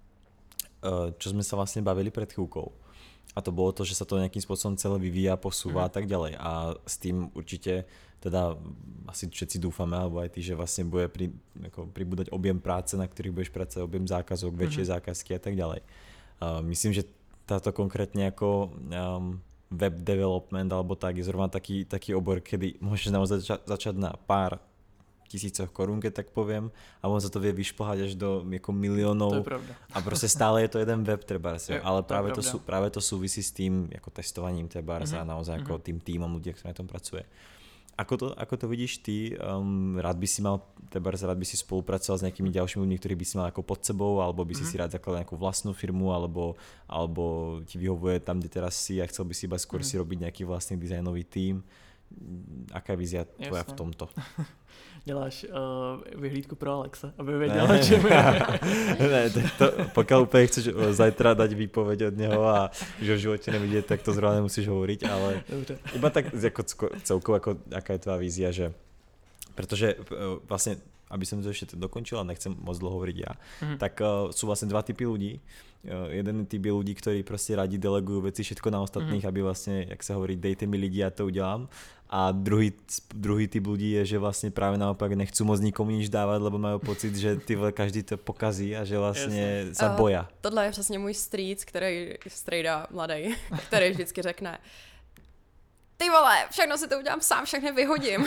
čo sme sa vlastne bavili pred chvíľkou. A to bolo to, že sa to nejakým spôsobom celé vyvíja, posúva mm. a tak ďalej. A s tým určite teda asi všetci dúfame, alebo aj ty, že vlastne bude pri, ako pribúdať objem práce, na ktorých budeš pracovať, objem zákazok, väčšie mm. zákazky a tak ďalej. Uh, myslím, že táto konkrétne ako um, web development alebo tak je zrovna taký, taký obor, kedy môžeš naozaj zača- začať na pár tisícoch korún, keď tak poviem, a on sa to vie vyšplhať až do ako miliónov. To je pravda. A proste stále je to jeden web trebárs, ale to práve to, sú, práve to súvisí s tým ako testovaním trebárs mm-hmm. a naozaj mm-hmm. ako tým tímom ľudí, ktorí na tom pracuje. Ako to, ako to vidíš ty? Um, rád by si mal, trebárs rád by si spolupracoval s nejakými ďalšími ľuďmi, ktorí by si mal ako pod sebou, alebo by si mm-hmm. si rád zakladal nejakú vlastnú firmu, alebo, alebo ti vyhovuje tam, kde teraz si a chcel by si iba skôr mm-hmm. si robiť nejaký vlastný dizajnový tím. Aká je vízia tvoja v tomto? Děláš uh, vyhlídku pro Alexe, aby věděl, o čem je. Ne, to, pokiaľ úplne chceš zajtra dať výpoveď od neho a že ho v živote nevidieť, tak to zrovna nemusíš hovoriť, ale Dobre. Iba tak ako celkovo, ako, aká je tvoja vízia, že pretože uh, vlastne, aby som to ešte dokončil a nechcem moc dlho hovoriť ja, mm-hmm. tak uh, sú vlastne dva typy ľudí. Uh, jeden typ je ľudí, ktorí proste radi delegujú veci všetko na ostatných, mm-hmm. aby vlastne, jak sa hovorí, dejte mi lidi, ja to udelám. A druhý, druhý typ ľudí je, že vlastne práve naopak nechcú moc nikomu nič dávať, lebo majú pocit, že ty každý to pokazí a že vlastně se boja. Uh, tohle je přesně můj strýc, který strejda mladý, který vždycky řekne: ty vole, všechno si to udělám sám, všechny vyhodím.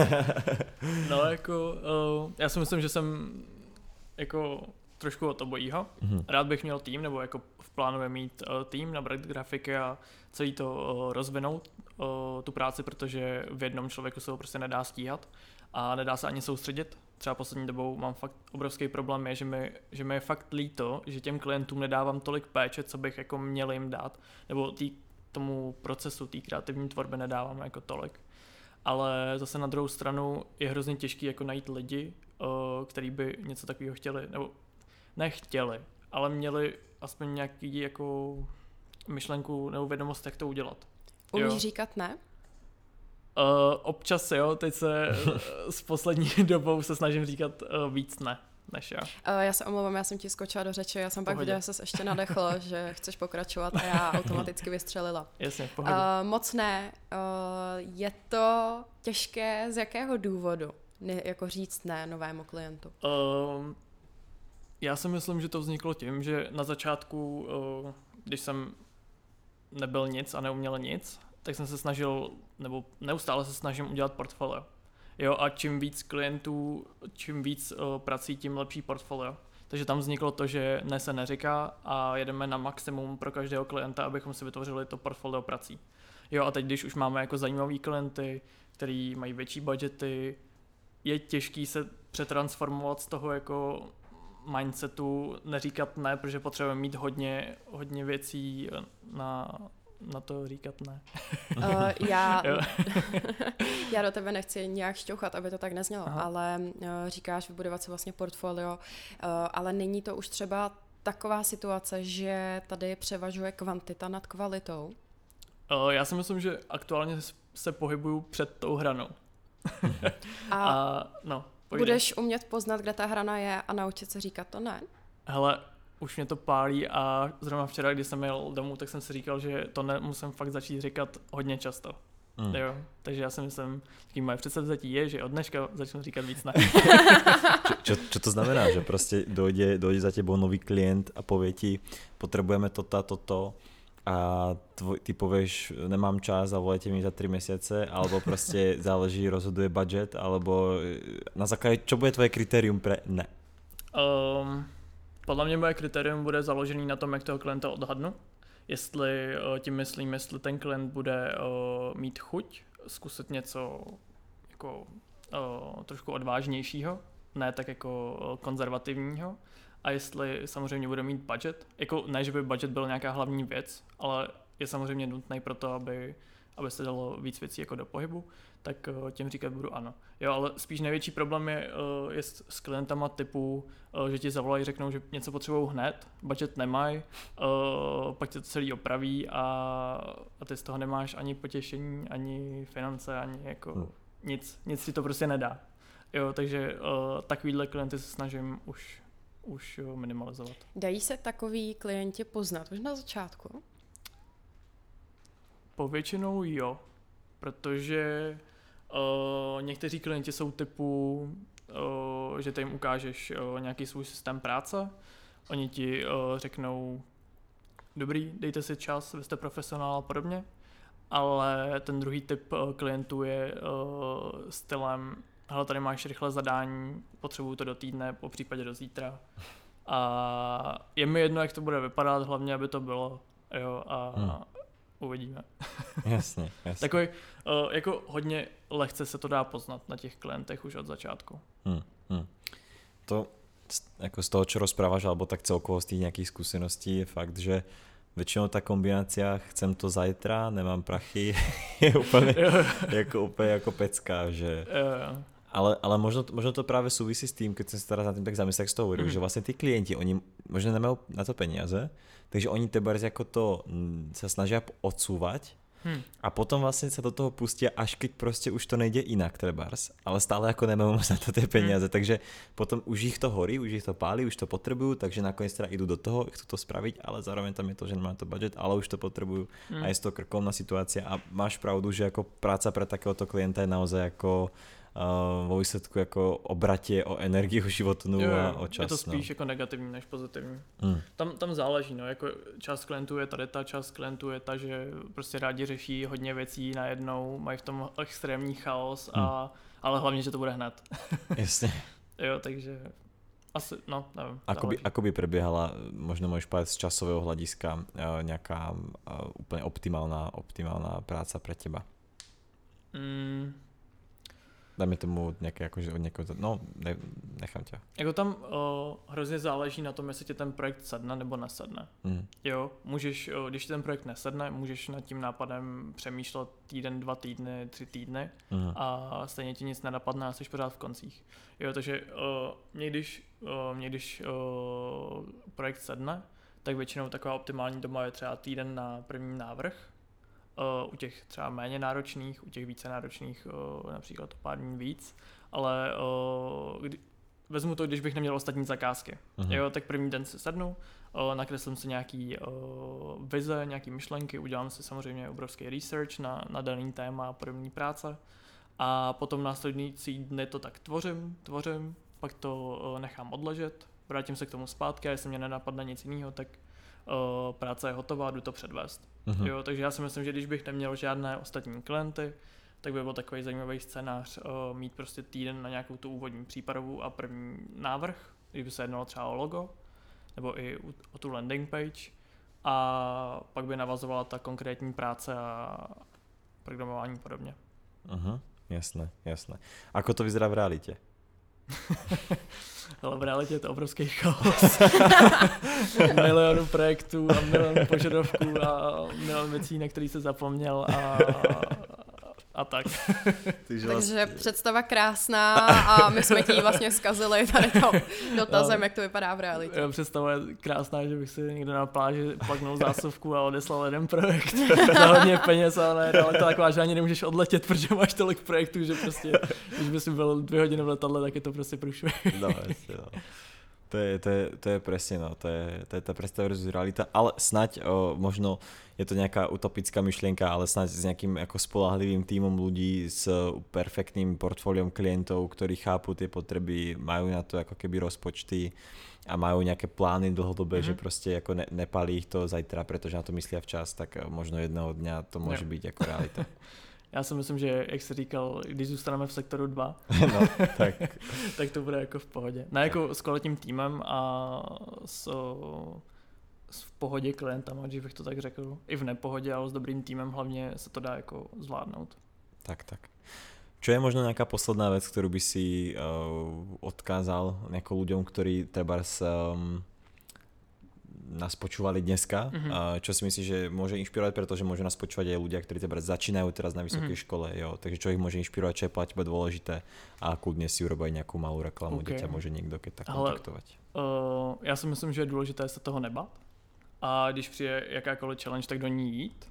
No jako, uh, já si myslím, že jsem jako trošku od obojího. Mm-hmm. Rád bych měl tým, nebo jako v plánu je mít uh, tým, nabrat grafiky a celý to uh, rozvinout, uh, tu práci, protože v jednom člověku se ho prostě nedá stíhat a nedá se ani soustředit. Třeba poslední dobou mám fakt obrovský problém, je, že mi, že mi je fakt líto, že těm klientům nedávám tolik péče, co bych jako měl jim dát, nebo tý, tomu procesu, té kreativní tvorby nedávám jako tolik. Ale zase na druhou stranu je hrozně těžký jako najít lidi, uh, který by něco takového chtěli, nebo nechtěli, ale měli aspoň nějaký jako myšlenku nebo vědomost, jak to udělat. Umíš říkat ne? Uh, občas jo, teď se s poslední dobou se snažím říkat uh, víc ne, než já. Uh, já se omlouvám, já jsem ti skočila do řeči, já jsem pak viděla, že jsi ještě nadechlo, že chceš pokračovat a já automaticky vystřelila. Jasně, v pohodě. Uh, moc ne. Uh, je to těžké, z jakého důvodu ne, jako říct ne novému klientu? Uh, Já si myslím, že to vzniklo tím, že na začátku, když jsem nebyl nic a neuměl nic, tak jsem se snažil, nebo neustále se snažím udělat portfolio. Jo, a čím víc klientů, čím víc prací, tím lepší portfolio. Takže tam vzniklo to, že ne se neříká a jedeme na maximum pro každého klienta, abychom si vytvořili to portfolio prací. Jo, a teď, když už máme jako zajímavý klienty, který mají větší budgety, je těžký se přetransformovat z toho jako mindsetu, neříkat ne, protože potřebujeme mít hodně, hodně věcí na, na to říkat ne. Uh, já, já do tebe nechci nějak šťouchat, aby to tak neznělo, Aha. ale uh, říkáš vybudovat si vlastně portfolio, uh, ale není to už třeba taková situace, že tady převažuje kvantita nad kvalitou? Uh, já si myslím, že aktuálně se pohybuju před tou hranou. A, a no, budeš umět poznat, kde ta hrana je a naučit se říkat to ne? Hele, už mě to pálí a zrovna včera, když jsem jel domů, tak jsem si říkal, že to ne, musím fakt začít říkat hodně často. Mm. Jo, takže já si myslím, že moje předsevzetí je, že od dneška začnu říkat víc ne. čo, čo to znamená, že prostě dojde, dojde za tebou nový klient a povie ti, potrebujeme toto, toto a tvoj, ty povieš, nemám čas a volajte mi za tri mesiace, alebo prostě záleží, rozhoduje budget, alebo na základě, čo bude tvoje kritérium pre ne? Um, podle mě moje kritérium bude založený na tom, jak toho klienta odhadnu. Jestli uh, tím myslím, jestli ten klient bude uh, mít chuť zkusit něco jako uh, trošku odvážnějšího, ne tak jako uh, konzervativního, a jestli samozřejmě bude mít budget. Jako ne, že by budget byl nějaká hlavní věc, ale je samozřejmě nutný pro to, aby, aby se dalo víc věcí jako do pohybu, tak uh, tím říkat budu ano. Jo, ale spíš největší problém je, uh, je s, s klientama typu, uh, že ti zavolají, řeknou, že něco potřebují hned, budget nemají, uh, pak tě to celý opraví a, a ty z toho nemáš ani potěšení, ani finance, ani jako hmm. nic, nic ti to prostě nedá. Jo, takže uh, takovýhle klienty se snažím už, už minimalizovat. Dají se takový klienti poznat už na začátku? Povětšinou jo, protože uh, někteří klienti jsou typu, uh, že ty jim ukážeš uh, nějaký svůj systém práce, oni ti uh, řeknou, dobrý, dejte si čas, vy jste profesionál a podobně, ale ten druhý typ uh, klientů je uh, stylem, hele, tady máš rychle zadání, potřebuju to do týdne, po případě do zítra. A je mi jedno, jak to bude vypadat, hlavně, aby to bylo, jo, a hmm. uvidíme. Jasně, jasně. Takový, uh, jako hodně lehce se to dá poznat na těch klientech už od začátku. Hmm, hmm. To, jako z toho, čo rozprávaš, alebo tak celkovo z tých nejakých skúseností, je fakt, že väčšinou tá kombinácia chcem to zajtra, nemám prachy, je úplne, jako, úplne ako pecka, že... Uh. Ale, ale možno, možno to práve súvisí s tým, keď som sa teraz na tým tak zamyslel, jak z toho hovoril, mm. že vlastne tí klienti, oni možno nemajú na to peniaze, takže oni teba ako to m, sa snažia odsúvať hmm. a potom vlastne sa do toho pustia, až keď proste už to nejde inak trebárs, ale stále ako nemajú na to tie peniaze, hmm. takže potom už ich to horí, už ich to páli, už to potrebujú, takže nakoniec teda idú do toho, chcú to spraviť, ale zároveň tam je to, že nemá to budget, ale už to potrebujú hmm. a je to krkolomná situácia a máš pravdu, že ako práca pre takéhoto klienta je naozaj ako Uh, vo výsledku jako obratě o energii, o životnu jo, a o čas. Je to spíš no. jako negativní než pozitivní. Mm. Tam, tam záleží, no, jako část klientů je tady ta, část klientů je ta, že prostě rádi řeší hodně věcí najednou, mají v tom extrémní chaos, mm. a, ale hlavně, že to bude hned. Jasně. Jo, takže asi, no, nevím. Ako by, ako by prebiehala, možno môžeš povedať z časového hľadiska, nejaká úplne optimálna, optimálna práca pre teba? Mm. Dajme tomu nějaké, jakože od někoho, no, ne, nechám tě. Jako tam uh, hrozně záleží na tom, jestli ti ten projekt sedne nebo nesedne. Mm. Jo, můžeš, uh, když ti ten projekt nesedne, můžeš nad tím nápadem přemýšlet týden, dva týdny, tři týdny mm. a stejně ti nic nenapadne a jsi pořád v koncích. Jo, takže uh, mě když, uh, mě když uh, projekt sedne, tak většinou taková optimální doba je třeba týden na první návrh. Uh, u těch třeba méně náročných, u těch více náročných uh, například o pár dní víc, ale uh, kdy, vezmu to, když bych neměl ostatní zakázky. Uh-huh. Jo, tak první den si sednu, uh, nakreslím si nějaký uh, vize, nějaký myšlenky, udělám si samozřejmě obrovský research na, na daný téma a podobné práce a potom následující dny to tak tvořím, tvořím, pak to uh, nechám odležet, vrátím se k tomu zpátky a jestli mě nenapadne nic jiného, tak Uh, práce je hotová, jdu to předvést. Uh-huh. Jo, takže já si myslím, že když bych neměl žádné ostatní klienty, tak by byl takový zajímavý scénář uh, mít prostě týden na nějakou tu úvodní přípravu a první návrh, když by se jednalo třeba o logo, nebo i o, o tu landing page a pak by navazovala ta konkrétní práce a programování podobně. Aha, jasné, jasné. Ako to vyzerá v realitě? Ale v realitě je to obrovský chaos. Milionu projektů a milion požadavků a milion věcí, na který se zapomněl a, a tak. Takže představa krásná a my jsme ti vlastně zkazili tady to dotazem, jak to vypadá v realitě. Představa je krásná, že bych si někdo na pláži plaknul zásuvku a odeslal jeden projekt za hodně peněz, ale to je taková, že ani nemůžeš odletět, protože máš tolik projektů, že prostě, když by si byl dvě hodiny v letadle, tak je to prostě průšvih. No, jasne, no. To je, to, je, to je presne, no, to je, to je tá predstava versus realita, ale snaď o, možno je to nejaká utopická myšlienka, ale snaď s nejakým ako spolahlivým tímom ľudí s perfektným portfóliom klientov, ktorí chápu tie potreby, majú na to ako keby rozpočty a majú nejaké plány dlhodobé, mm-hmm. že proste ako ne, nepalí ich to zajtra, pretože na to myslia včas, tak možno jedného dňa to môže no. byť ako realita. Já si myslím, že jak jsi říkal, když zůstaneme v sektoru dva, no, tak. tak to bude jako v pohodě. Ne jako s kvalitním týmem a s, s v pohodě klientama, když bych to tak řekl. I v nepohodě, ale s dobrým týmem hlavně se to dá jako zvládnout. Tak, tak. Čo je možno nejaká posledná vec, ktorú by si uh, odkázal nejakým ľuďom, ktorí trebárs um, nás počúvali dneska, mm-hmm. uh, čo si myslíš, že môže inšpirovať, pretože môžu nás počúvať aj ľudia, ktorí teda začínajú teraz na vysokej mm-hmm. škole, jo. Takže čo ich môže inšpirovať, čo je pre teba dôležité a kľudne si urobí nejakú malú reklamu, okay. kde ťa môže niekto keď tak kontaktovať. Uh, já si myslím, že je důležité se toho nebát a když přijde jakákoliv challenge, tak do ní jít.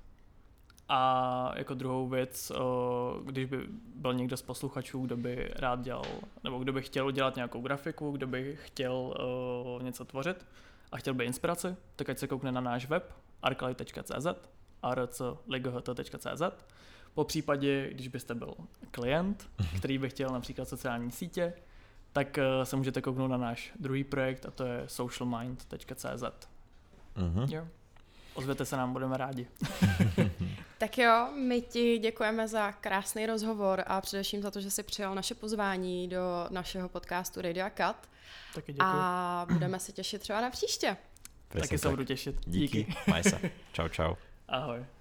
A jako druhou věc, uh, když by byl někdo z posluchačů, kdo by rád dělal, nebo kdo by chtěl dělat nějakou grafiku, kdo by chtěl uh, něco tvořit, a chtěl by inspiraci, tak ať se koukne na náš web arclight tečka cé zet a r c l g h t tečka cé zet. Po případě, když byste byl klient, který by chtěl například sociální sítě, tak se můžete kouknout na náš druhý projekt a to je socialmind tečka cé zet. Uh-huh. Jo. Ozvěte se nám, budeme rádi. Tak jo, my ti děkujeme za krásný rozhovor a především za to, že jsi přijal naše pozvání do našeho podcastu Radio Cut. Taky děkuji. A budeme se těšit třeba na příště. Presne Taky tak. Se budu těšit. Díky. Díky. Maj sa. Čau, čau. Ahoj.